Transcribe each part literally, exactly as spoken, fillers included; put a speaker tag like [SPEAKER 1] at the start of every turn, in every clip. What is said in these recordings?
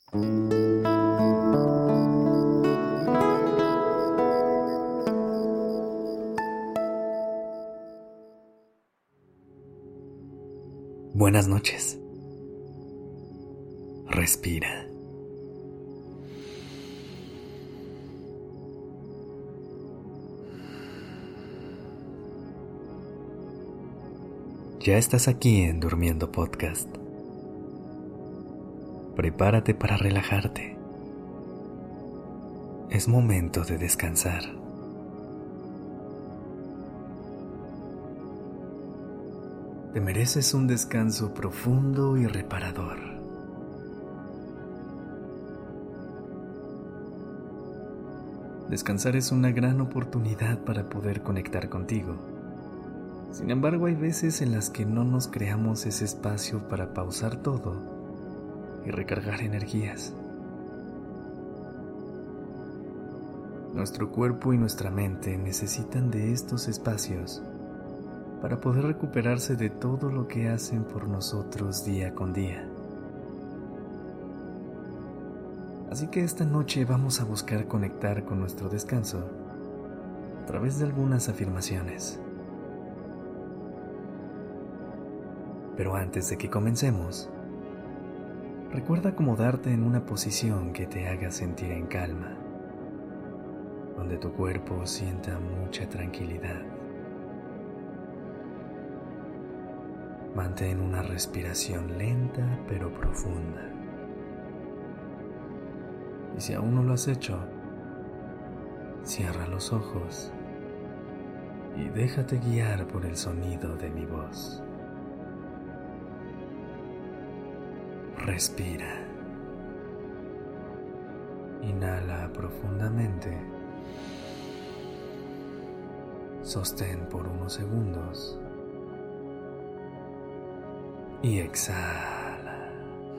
[SPEAKER 1] Buenas noches. Respira. Ya estás aquí en Durmiendo Podcast. Prepárate para relajarte. Es momento de descansar. Te mereces un descanso profundo y reparador. Descansar es una gran oportunidad para poder conectar contigo. Sin embargo, hay veces en las que no nos creamos ese espacio para pausar todo y recargar energías. Nuestro cuerpo y nuestra mente necesitan de estos espacios para poder recuperarse de todo lo que hacen por nosotros día con día. Así que esta noche vamos a buscar conectar con nuestro descanso a través de algunas afirmaciones. Pero antes de que comencemos, recuerda acomodarte en una posición que te haga sentir en calma, donde tu cuerpo sienta mucha tranquilidad. Mantén una respiración lenta pero profunda. Y si aún no lo has hecho, cierra los ojos y déjate guiar por el sonido de mi voz. Respira. Inhala profundamente. Sostén por unos segundos. Y exhala.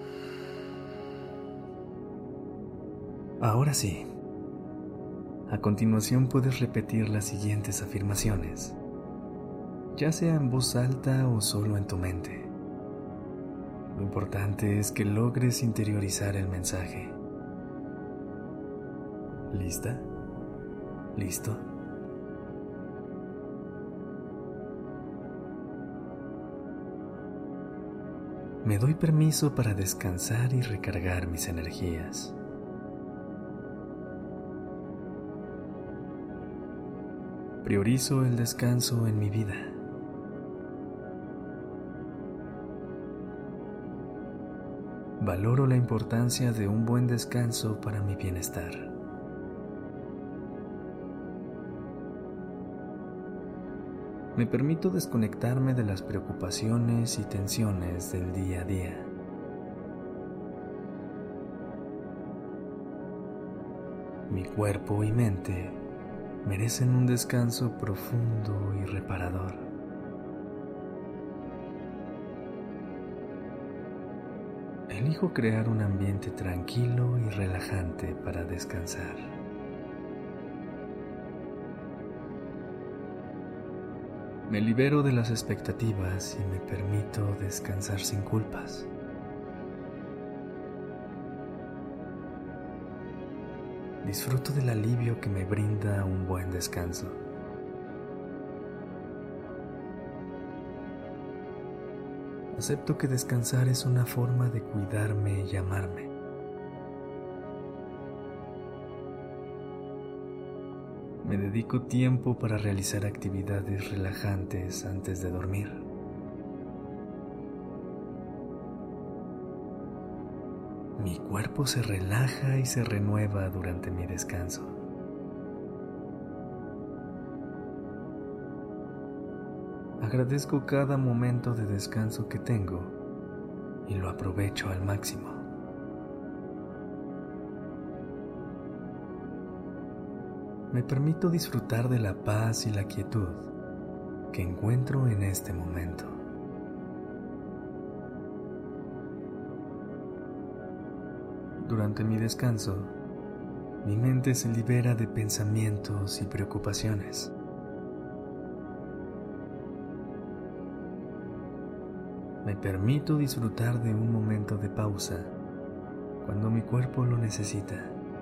[SPEAKER 1] Ahora sí. A continuación puedes repetir las siguientes afirmaciones, ya sea en voz alta o solo en tu mente. Lo importante es que logres interiorizar el mensaje. ¿Lista? ¿Listo? Me doy permiso para descansar y recargar mis energías. Priorizo el descanso en mi vida. Valoro la importancia de un buen descanso para mi bienestar. Me permito desconectarme de las preocupaciones y tensiones del día a día. Mi cuerpo y mente merecen un descanso profundo y reparador. Elijo crear un ambiente tranquilo y relajante para descansar. Me libero de las expectativas y me permito descansar sin culpas. Disfruto del alivio que me brinda un buen descanso. Acepto que descansar es una forma de cuidarme y amarme. Me dedico tiempo para realizar actividades relajantes antes de dormir. Mi cuerpo se relaja y se renueva durante mi descanso. Agradezco cada momento de descanso que tengo y lo aprovecho al máximo. Me permito disfrutar de la paz y la quietud que encuentro en este momento. Durante mi descanso, mi mente se libera de pensamientos y preocupaciones. Me permito disfrutar de un momento de pausa cuando mi cuerpo lo necesita.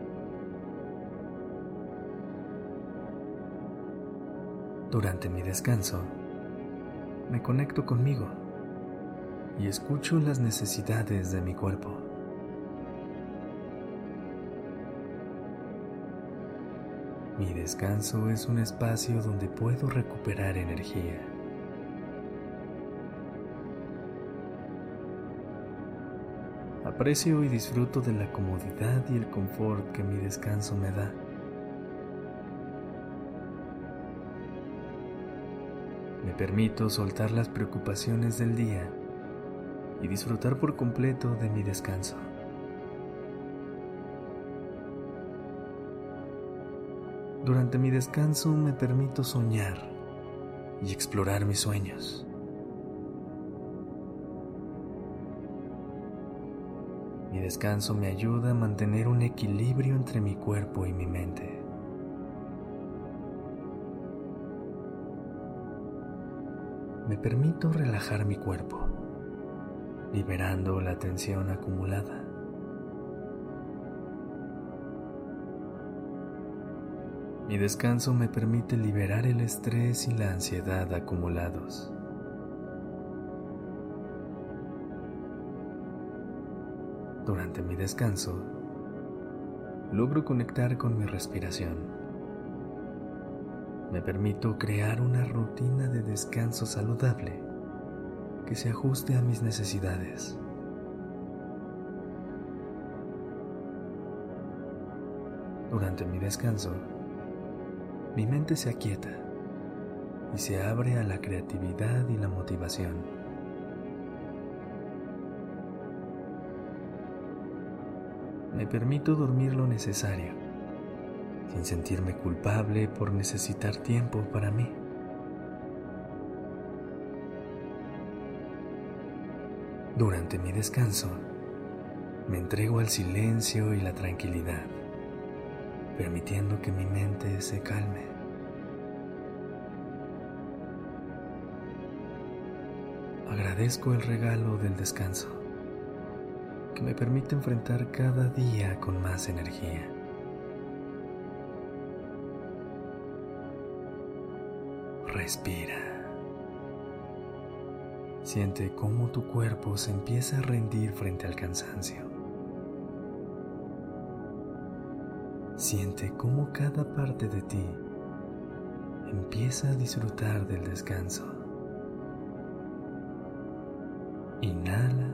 [SPEAKER 1] Durante mi descanso, me conecto conmigo y escucho las necesidades de mi cuerpo. Mi descanso es un espacio donde puedo recuperar energía. Aprecio y disfruto de la comodidad y el confort que mi descanso me da. Me permito soltar las preocupaciones del día y disfrutar por completo de mi descanso. Durante mi descanso me permito soñar y explorar mis sueños. Mi descanso me ayuda a mantener un equilibrio entre mi cuerpo y mi mente. Me permito relajar mi cuerpo, liberando la tensión acumulada. Mi descanso me permite liberar el estrés y la ansiedad acumulados. Durante mi descanso, logro conectar con mi respiración. Me permito crear una rutina de descanso saludable que se ajuste a mis necesidades. Durante mi descanso, mi mente se aquieta y se abre a la creatividad y la motivación. Me permito dormir lo necesario, sin sentirme culpable por necesitar tiempo para mí. Durante mi descanso, me entrego al silencio y la tranquilidad, permitiendo que mi mente se calme. Agradezco el regalo del descanso, que me permite enfrentar cada día con más energía. Respira. Siente cómo tu cuerpo se empieza a rendir frente al cansancio. Siente cómo cada parte de ti empieza a disfrutar del descanso. Inhala.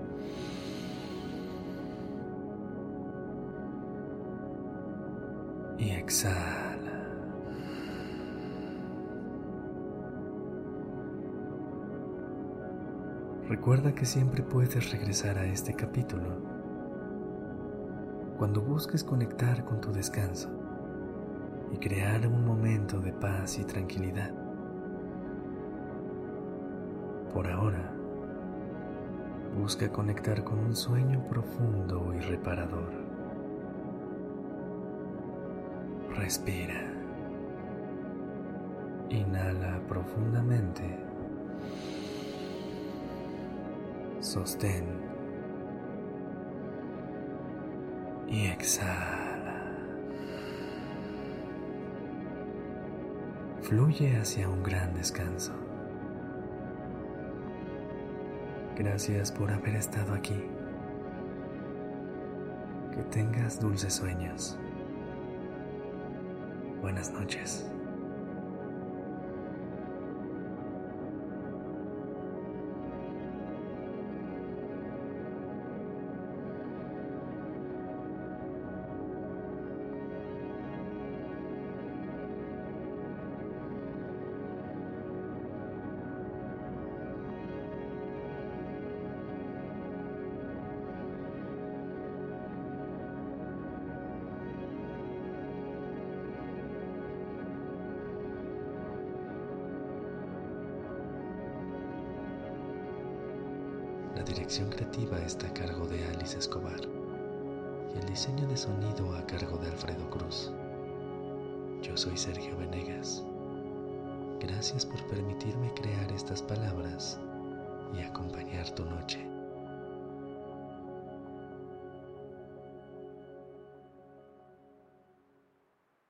[SPEAKER 1] Y exhala. Recuerda que siempre puedes regresar a este capítulo cuando busques conectar con tu descanso y crear un momento de paz y tranquilidad. Por ahora, busca conectar con un sueño profundo y reparador. Respira. Inhala profundamente. Sostén y exhala. Fluye hacia un gran descanso. Gracias por haber estado aquí. Que tengas dulces sueños. Buenas noches. La dirección creativa está a cargo de Alice Escobar y el diseño de sonido a cargo de Alfredo Cruz. Yo soy Sergio Venegas. Gracias por permitirme crear estas palabras y acompañar tu noche.